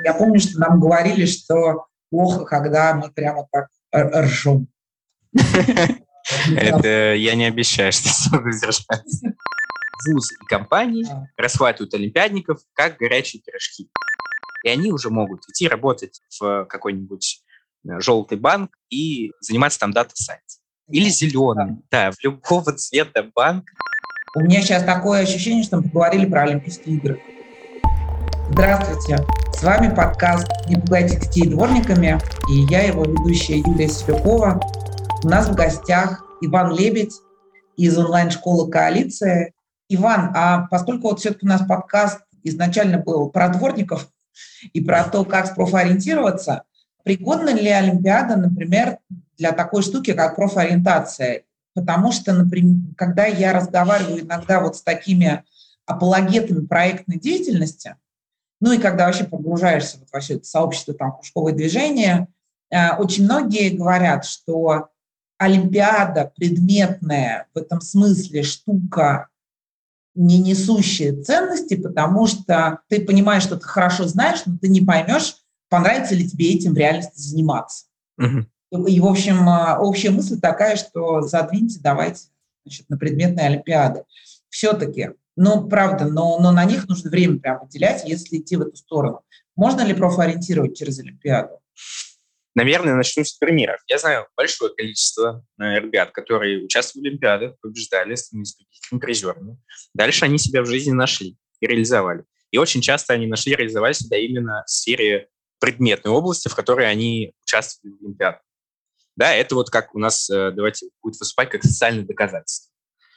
Я помню, что нам говорили, что плохо, когда мы прямо так ржем. Это я не обещаю, что смогу сдержаться. Вузы и компании расхватывают олимпиадников как горячие пирожки. И они уже могут идти работать в какой-нибудь желтый банк и заниматься там дата-сайенс. Или зеленый, да, в любого цвета банк. У меня сейчас такое ощущение, что мы поговорили про Олимпийские игры. Здравствуйте, с вами подкаст «Не пугайте детей дворниками», и я его ведущая Юлия Селюкова. У нас в гостях Иван Лебедь из онлайн-школы «Коалиция». Иван, а поскольку вот все-таки у нас подкаст изначально был про дворников и про то, как профориентироваться, пригодна ли Олимпиада, например, для такой штуки, как профориентация? Потому что, например, когда я разговариваю иногда вот с такими апологетами проектной деятельности, ну и когда вообще погружаешься вот во все это сообщество, там, кружковое движение, очень многие говорят, что Олимпиада предметная в этом смысле штука, не несущая ценности, потому что ты понимаешь, что ты хорошо знаешь, но ты не поймешь, понравится ли тебе этим в реальности заниматься. И, в общем, общая мысль такая, что задвиньте, давайте, значит, на предметные олимпиады. Все-таки, ну, правда, но на них нужно время прям выделять, если идти в эту сторону. Можно ли профориентировать через Олимпиаду? Наверное, начну с примеров. Я знаю большое количество ребят, которые участвовали в Олимпиадах, побеждали, становились победителями, призерами. Дальше они себя в жизни нашли и реализовали. И очень часто они нашли и реализовали себя именно в сфере предметной области, в которой они участвовали в Олимпиадах. Да, это вот как у нас, давайте, будет выступать как социальное доказательство.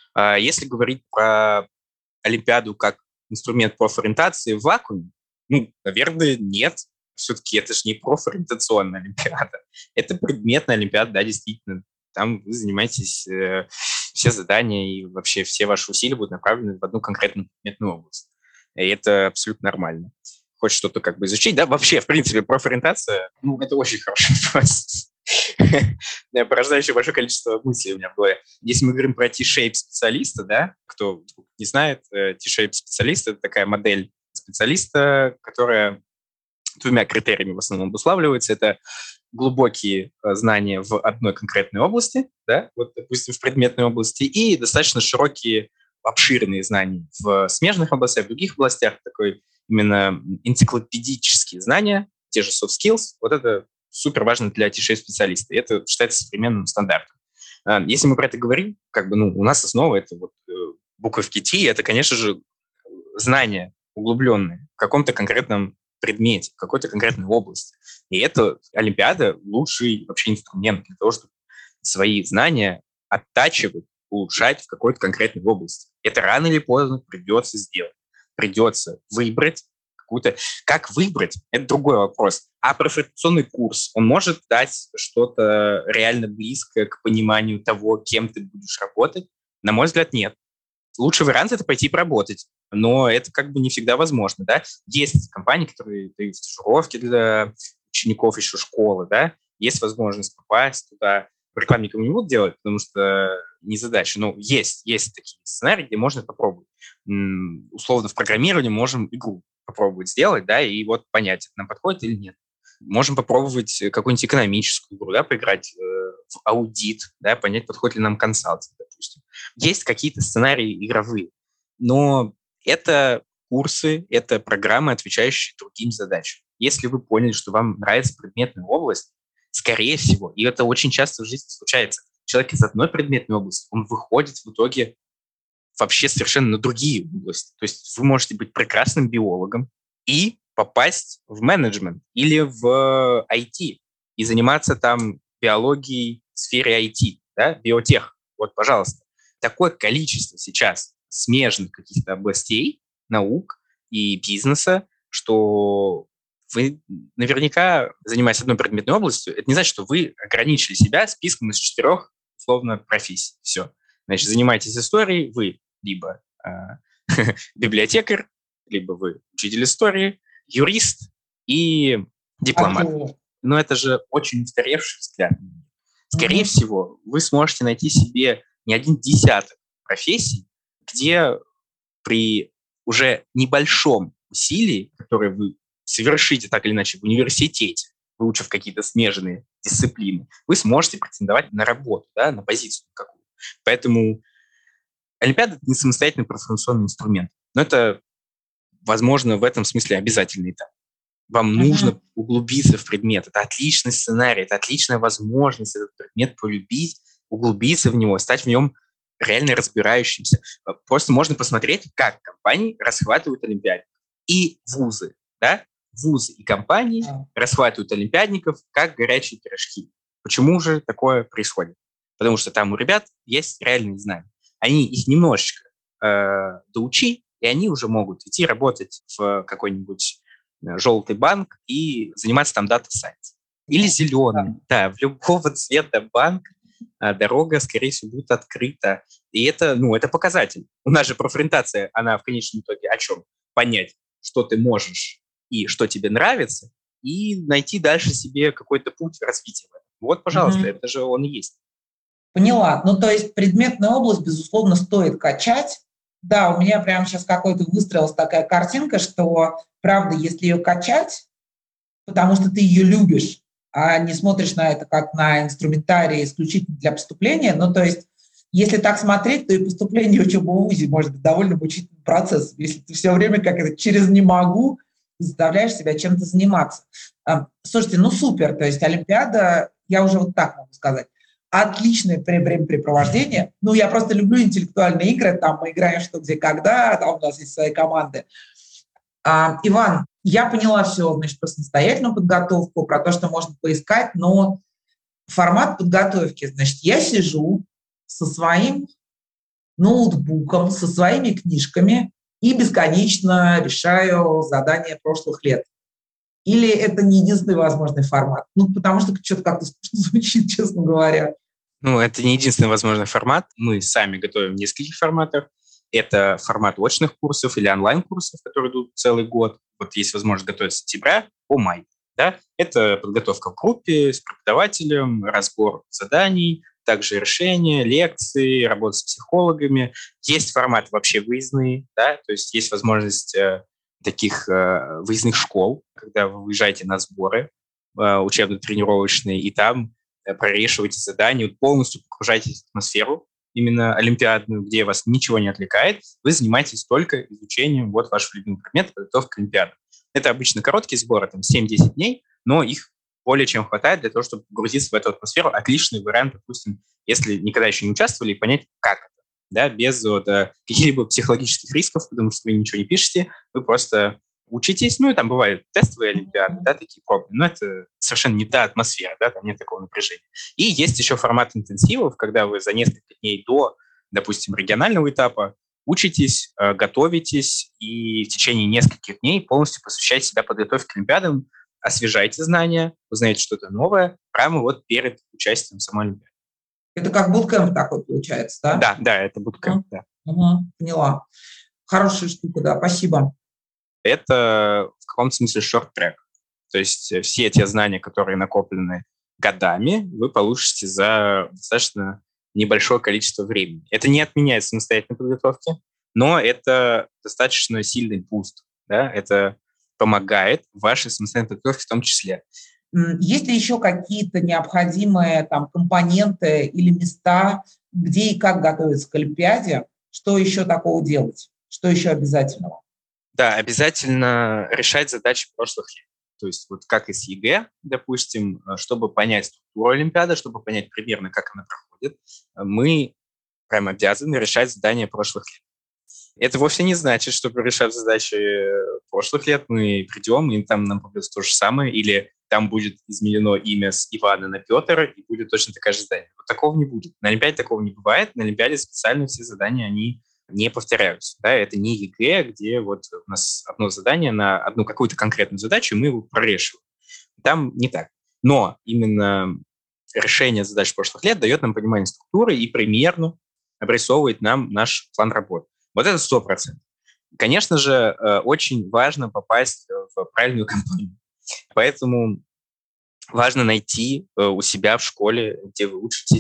Если говорить про Олимпиаду как инструмент профориентации в вакууме, ну, наверное, нет. Все-таки это же не профориентационная Олимпиада. Это предметная Олимпиада, да, действительно. Там вы занимаетесь, все задания и вообще все ваши усилия будут направлены в одну конкретную предметную область. И это абсолютно нормально. Хочешь что-то как бы изучить, да, вообще, в принципе, профориентация, ну, это очень хороший вопрос. Порождающее большое количество мыслей у меня в голове. Если мы говорим про T-shape специалиста, да, кто не знает, T-shape специалист — это такая модель специалиста, которая двумя критериями в основном обуславливается. Это глубокие знания в одной конкретной области, да, вот, допустим, в предметной области, и достаточно широкие, обширные знания в смежных областях, в других областях, такой именно энциклопедические знания, те же soft skills, вот это супер важно для T-shape специалиста, и это считается современным стандартом. Если мы про это говорим, как бы, ну, у нас основа — это вот буковки T, это, конечно же, знания углубленные в каком-то конкретном предмете, в какой-то конкретной области. И это Олимпиада — лучший вообще инструмент для того, чтобы свои знания оттачивать, улучшать в какой-то конкретной области. Это рано или поздно придется сделать. Придется выбрать какую-то... Как выбрать? Это другой вопрос. А профориентационный курс, он может дать что-то реально близкое к пониманию того, кем ты будешь работать? На мой взгляд, нет. Лучший вариант — это пойти поработать. Но это как бы не всегда возможно, да. Есть компании, которые дают стажировки для учеников еще школы, да. Есть возможность попасть туда. В рекламе никому не будут делать, потому что не задача. Но есть такие сценарии, где можно попробовать. Условно, в программировании можем игру попробовать сделать, да, и вот понять, это нам подходит или нет. Можем попробовать какую-нибудь экономическую игру, да, поиграть в аудит, да, понять, подходит ли нам консалтинг, допустим. Есть какие-то сценарии игровые, но это курсы, это программы, отвечающие другим задачам. Если вы поняли, что вам нравится предметная область, скорее всего, и это очень часто в жизни случается, человек из одной предметной области, он выходит в итоге вообще совершенно на другие области. То есть вы можете быть прекрасным биологом и попасть в менеджмент или в IT и заниматься там биологией в сфере IT, да, биотех. Вот, пожалуйста. Такое количество сейчас смежных каких-то областей, наук и бизнеса, что вы наверняка, занимаясь одной предметной областью, это не значит, что вы ограничили себя списком из 4, условно, профессий. Все. Значит, занимаетесь историей, вы либо библиотекарь, либо вы учитель истории, юрист и дипломат. Но это же очень устаревший взгляд. Скорее всего, вы сможете найти себе не один десяток профессий, где при уже небольшом усилии, которое вы совершите так или иначе в университете, выучив какие-то смежные дисциплины, вы сможете претендовать на работу, да, на позицию какую. Поэтому Олимпиада — это не самостоятельный профориентационный инструмент, но это, возможно, в этом смысле обязательный этап. Вам нужно углубиться в предмет. Это отличный сценарий, это отличная возможность этот предмет полюбить, углубиться в него, стать в нем реально разбирающимся. Просто можно посмотреть, как компании расхватывают олимпиадников. И вузы, да? Вузы и компании расхватывают олимпиадников как горячие пирожки. Почему же такое происходит? Потому что там у ребят есть реальные знания. Они их немножечко доучи, и они уже могут идти работать в какой-нибудь желтый банк и заниматься там дата сайенс. Или зеленый. Да, в любого цвета банк дорога, скорее всего, будет открыта. И это, это показатель. У нас же профориентация, она в конечном итоге о чем? Понять, что ты можешь и что тебе нравится, и найти дальше себе какой-то путь развития. Вот, пожалуйста, это же он и есть. Поняла. То есть предметную область, безусловно, стоит качать. Да, у меня прямо сейчас какой-то выстроилась такая картинка, что, правда, если ее качать, потому что ты ее любишь, а не смотришь на это как на инструментарий исключительно для поступления, то есть если так смотреть, то и поступление в учебу в ВУЗе может быть довольно мучительным процессом, если ты все время как это через «не могу» заставляешь себя чем-то заниматься. Слушайте, супер, то есть Олимпиада, я уже вот так могу сказать, отличное времяпрепровождение. Я просто люблю интеллектуальные игры, там мы играем что, где, когда, там у нас есть свои команды. Иван, я поняла все, значит, про самостоятельную подготовку, про то, что можно поискать, но формат подготовки, значит, я сижу со своим ноутбуком, со своими книжками и бесконечно решаю задания прошлых лет. Или это не единственный возможный формат? Потому что что-то как-то скучно звучит, честно говоря. Это не единственный возможный формат. Мы сами готовим в нескольких форматах. Это формат очных курсов или онлайн-курсов, которые идут целый год. Вот есть возможность готовить с сентября по май. Да? Это подготовка в группе с преподавателем, разбор заданий, также решения, лекции, работа с психологами. Есть формат вообще выездные, да? То есть есть возможность таких выездных школ, когда вы выезжаете на сборы учебно-тренировочные, и там прорешиваете задания, полностью погружаетесь в атмосферу именно олимпиадную, где вас ничего не отвлекает, вы занимаетесь только изучением вашего любимого предмета, подготовки к олимпиаде. Это обычно короткие сборы, 7-10 дней, но их более чем хватает для того, чтобы погрузиться в эту атмосферу. Отличный вариант, допустим, если никогда еще не участвовали, и понять, как это, да, без каких-либо психологических рисков, потому что вы ничего не пишете, вы просто учитесь, и там бывают тестовые олимпиады, да, такие пробные, но это совершенно не та атмосфера, да, там нет такого напряжения. И есть еще формат интенсивов, когда вы за несколько дней до, допустим, регионального этапа учитесь, готовитесь и в течение нескольких дней полностью посвящаете себя подготовке к олимпиадам, освежаете знания, узнаете что-то новое прямо перед участием в самой олимпиаде. Это как буткэмп такой получается, да? Да, это буткэмп, да. Поняла. Хорошая штука, да, спасибо. Это в каком-то смысле шорт-трек. То есть все те знания, которые накоплены годами, вы получите за достаточно небольшое количество времени. Это не отменяет самостоятельной подготовки, но это достаточно сильный буст. Да? Это помогает вашей самостоятельной подготовке в том числе. Есть ли еще какие-то необходимые компоненты или места, где и как готовиться к Олимпиаде? Что еще такого делать? Что еще обязательного? Да, обязательно решать задачи прошлых лет. То есть как и с ЕГЭ, допустим, чтобы понять структуру Олимпиады, чтобы понять примерно, как она проходит, мы прям обязаны решать задания прошлых лет. Это вовсе не значит, что решав задачи прошлых лет, мы придем, и там нам придется то же самое, или там будет изменено имя с Ивана на Петр, и будет точно такая же задание. Такого не будет. На Олимпиаде такого не бывает. На Олимпиаде специально все задания, они не повторяются. Да? Это не ЕГЭ, где у нас одно задание на одну какую-то конкретную задачу, и мы его прорешиваем. Там не так. Но именно решение задач прошлых лет дает нам понимание структуры и примерно обрисовывает нам наш план работы. Это 100%. Конечно же, очень важно попасть в правильную компанию. Поэтому важно найти у себя в школе, где вы учитесь,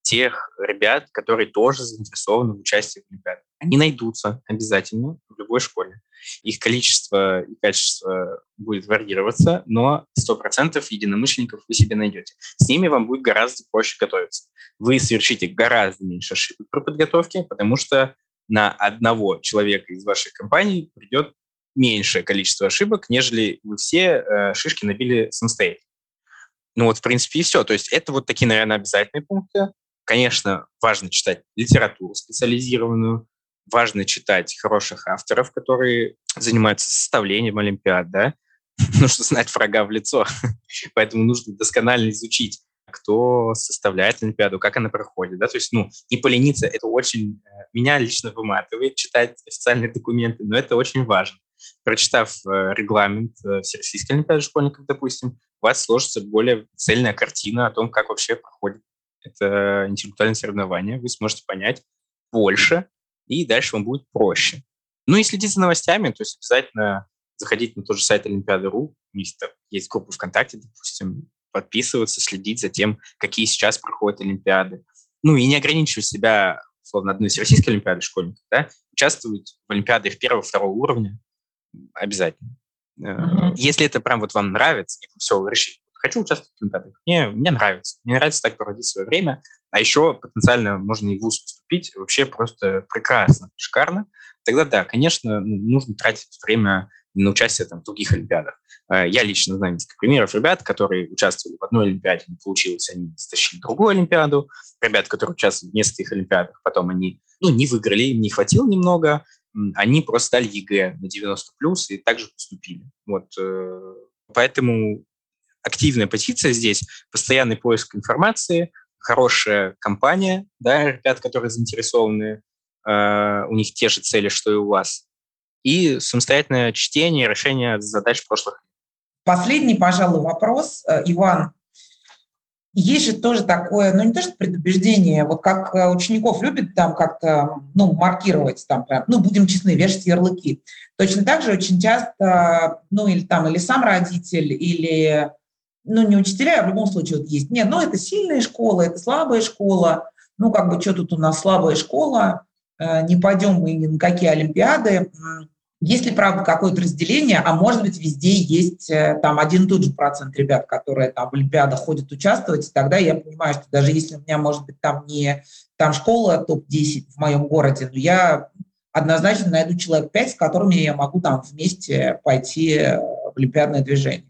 тех ребят, которые тоже заинтересованы в участии в Олимпиаде. Они найдутся обязательно в любой школе. Их количество и качество будет варьироваться, но 100% единомышленников вы себе найдете. С ними вам будет гораздо проще готовиться. Вы совершите гораздо меньше ошибок при подготовке, потому что на одного человека из вашей компании придет меньшее количество ошибок, нежели вы все шишки набили самостоятельно. Ну вот, в принципе, и все. То есть это вот такие, наверное, обязательные пункты. Конечно, важно читать литературу специализированную, важно читать хороших авторов, которые занимаются составлением олимпиад, да. Нужно знать врага в лицо, поэтому нужно досконально изучить, кто составляет олимпиаду, как она проходит, да. То есть, не полениться, это очень меня лично выматывает читать официальные документы, но это очень важно. Прочитав регламент Всероссийской олимпиады школьников, допустим, у вас сложится более цельная картина о том, как вообще проходит это интеллектуальное соревнование. Вы сможете понять больше, и дальше вам будет проще. Ну и следить за новостями, то есть обязательно заходить на тот же сайт Олимпиады.ру, есть группа ВКонтакте, допустим, подписываться, следить за тем, какие сейчас проходят Олимпиады. Ну и не ограничивать себя, условно, одной Всероссийской олимпиады школьников, да, участвовать в Олимпиадах первого-второго уровня обязательно. Если это прям вот вам нравится, и вы все, вы решили, хочу участвовать в Олимпиадах, мне нравится. Мне нравится так проводить свое время, а еще потенциально можно и в ВУЗ поступить, вообще просто прекрасно, шикарно. Тогда да, конечно, нужно тратить время на участие в других Олимпиадах. Я лично знаю несколько примеров ребят, которые участвовали в одной Олимпиаде, не получилось, они затащили другую Олимпиаду. Ребят, которые участвовали в нескольких Олимпиадах, потом они не выиграли, им не хватило немного, они просто сдали ЕГЭ на 90+, и также поступили. Вот, поэтому активная позиция здесь, постоянный поиск информации, хорошая компания, да, ребят, которые заинтересованы, у них те же цели, что и у вас, и самостоятельное чтение, решение задач прошлых. Последний, пожалуй, вопрос, Иван. Есть же тоже такое, не то что предубеждение, вот как учеников любят там как-то, маркировать там, будем честны, вешать ярлыки. Точно так же очень часто, или сам родитель, или, не учителя, а в любом случае вот есть. Нет, это сильная школа, это слабая школа, что тут у нас слабая школа, не пойдем мы ни на какие олимпиады. Есть ли, правда, какое-то разделение, а может быть, везде есть там один и тот же процент ребят, которые там в олимпиадах ходят участвовать, и тогда я понимаю, что даже если у меня, может быть, там не школа топ-10 в моем городе, но я однозначно найду человек 5, с которыми я могу там вместе пойти в олимпиадное движение.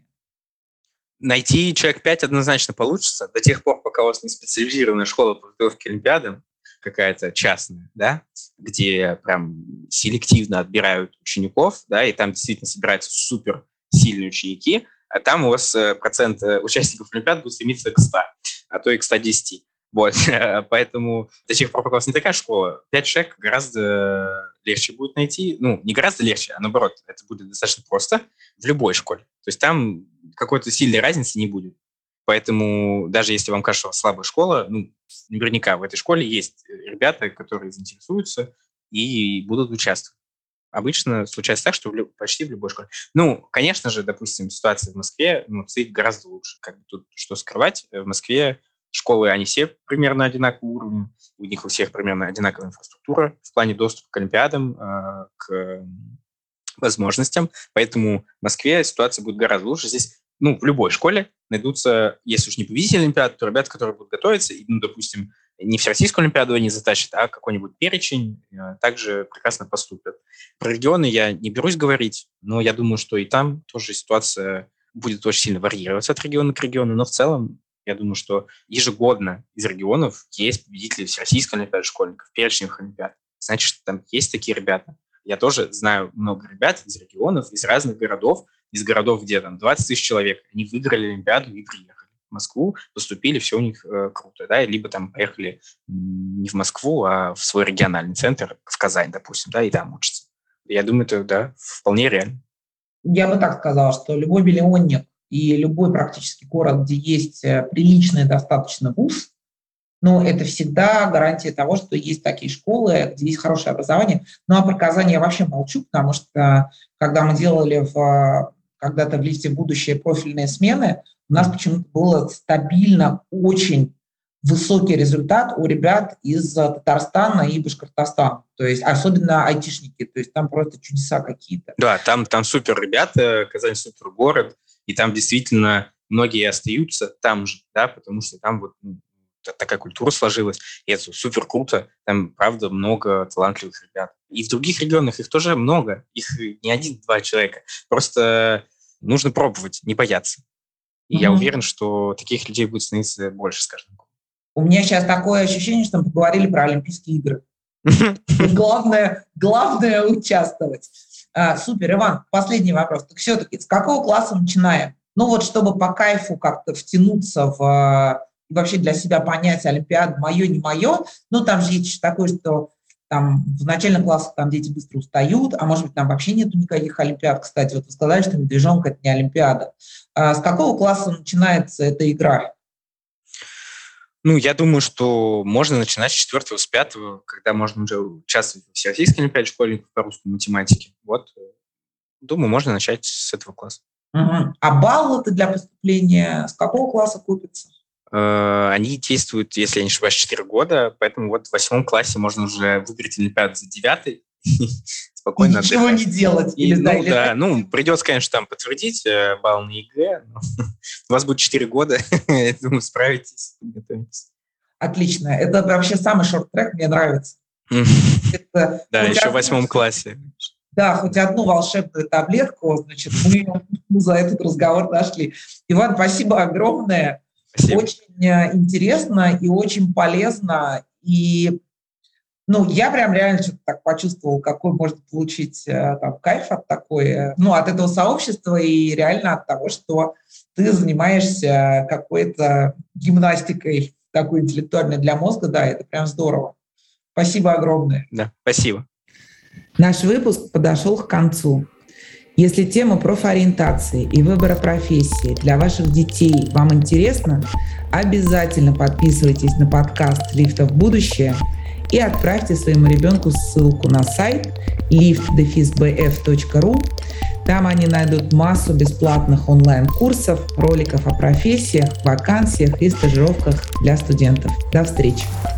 Найти человек 5 однозначно получится до тех пор, пока у вас не специализированная школа по подготовке к олимпиадам, какая-то частная, да, где прям селективно отбирают учеников, да, и там действительно собираются супер сильные ученики, а там у вас процент участников олимпиад будет стремиться к 100, а то и к 110. Вот, поэтому до тех пор, пока у вас не такая школа, 5 человек гораздо легче будет найти, не гораздо легче, а наоборот, это будет достаточно просто в любой школе. То есть там какой-то сильной разницы не будет. Поэтому даже если вам кажется, что у вас слабая школа, наверняка в этой школе есть ребята, которые заинтересуются и будут участвовать. Обычно случается так, что почти в любой школе. Конечно же, допустим, ситуация в Москве стоит гораздо лучше. Тут что скрывать? В Москве школы, они все примерно одинакового уровня, у них у всех примерно одинаковая инфраструктура в плане доступа к олимпиадам, к возможностям. Поэтому в Москве ситуация будет гораздо лучше. Здесь в любой школе найдутся, если уж не победитель олимпиады, то ребята, которые будут готовиться, и, допустим, не Всероссийскую олимпиаду они затащат, а какой-нибудь перечень также прекрасно поступят. Про регионы я не берусь говорить, но я думаю, что и там тоже ситуация будет очень сильно варьироваться от региона к региону, но в целом я думаю, что ежегодно из регионов есть победители Всероссийской олимпиады школьников, перечневых олимпиад. Значит, что там есть такие ребята. Я тоже знаю много ребят из регионов, из разных городов, из городов, где там 20 тысяч человек, они выиграли олимпиаду и приехали в Москву, поступили, все у них круто, да, либо там поехали не в Москву, а в свой региональный центр, в Казань, допустим, да, и там учатся. Я думаю, это, да, вполне реально. Я бы так сказала, что любой миллионник и любой практически город, где есть приличный достаточно вуз, это всегда гарантия того, что есть такие школы, где есть хорошее образование. А про Казань я вообще молчу, потому что когда мы делали когда-то в лифте в будущее профильные смены, у нас почему-то было стабильно очень высокий результат у ребят из Татарстана и Башкортостана. То есть особенно айтишники. То есть там просто чудеса какие-то. Да, там супер ребята, Казань супер город, и там действительно многие остаются там же, да, потому что там вот такая культура сложилась, и это супер круто. Там, правда, много талантливых ребят. И в других регионах их тоже много. Их не один-два человека. Просто нужно пробовать, не бояться. И я уверен, что таких людей будет становиться больше с каждым годом. У меня сейчас такое ощущение, что мы поговорили про Олимпийские игры. Главное участвовать. Супер, Иван, последний вопрос. Так все-таки, с какого класса начинаем? Ну вот, чтобы по кайфу как-то втянуться и вообще для себя понять, Олимпиада мое, не мое. Ну, там же есть такое, что там в начальных классах там дети быстро устают, а может быть, там вообще нету никаких олимпиад. Кстати, вот вы сказали, что медвежонок – это не олимпиада. С какого класса начинается эта игра? Ну, я думаю, что можно начинать с 4-го, с 5-го, когда можно уже участвовать в Всероссийской олимпиаде школьников по русской математике. Вот, думаю, можно начать с этого класса. А баллы-то для поступления с какого класса купятся? Они действуют, если я не ошибаюсь, 4 года, поэтому вот в 8 классе можно уже выиграть олимпиаду за 9-й. Спокойно отдыхать. Ничего не делать. Придется, конечно, там подтвердить балл на ЕГЭ. У вас будет 4 года, я думаю, справитесь, подготовитесь. Отлично. Это вообще самый шорт-трек, мне нравится. Да, еще в 8 классе. Да, хоть одну волшебную таблетку, значит, мы за этот разговор нашли. Иван, спасибо огромное. Спасибо. Очень интересно и очень полезно. И я прям реально что-то так почувствовал, какой можно получить там, кайф от от этого сообщества и реально от того, что ты занимаешься какой-то гимнастикой такой интеллектуальной для мозга. Да, это прям здорово. Спасибо огромное. Да, спасибо. Наш выпуск подошел к концу. Если тема профориентации и выбора профессии для ваших детей вам интересна, обязательно подписывайтесь на подкаст «Лифта в будущее» и отправьте своему ребенку ссылку на сайт lift-bf.ru. Там они найдут массу бесплатных онлайн-курсов, роликов о профессиях, вакансиях и стажировках для студентов. До встречи!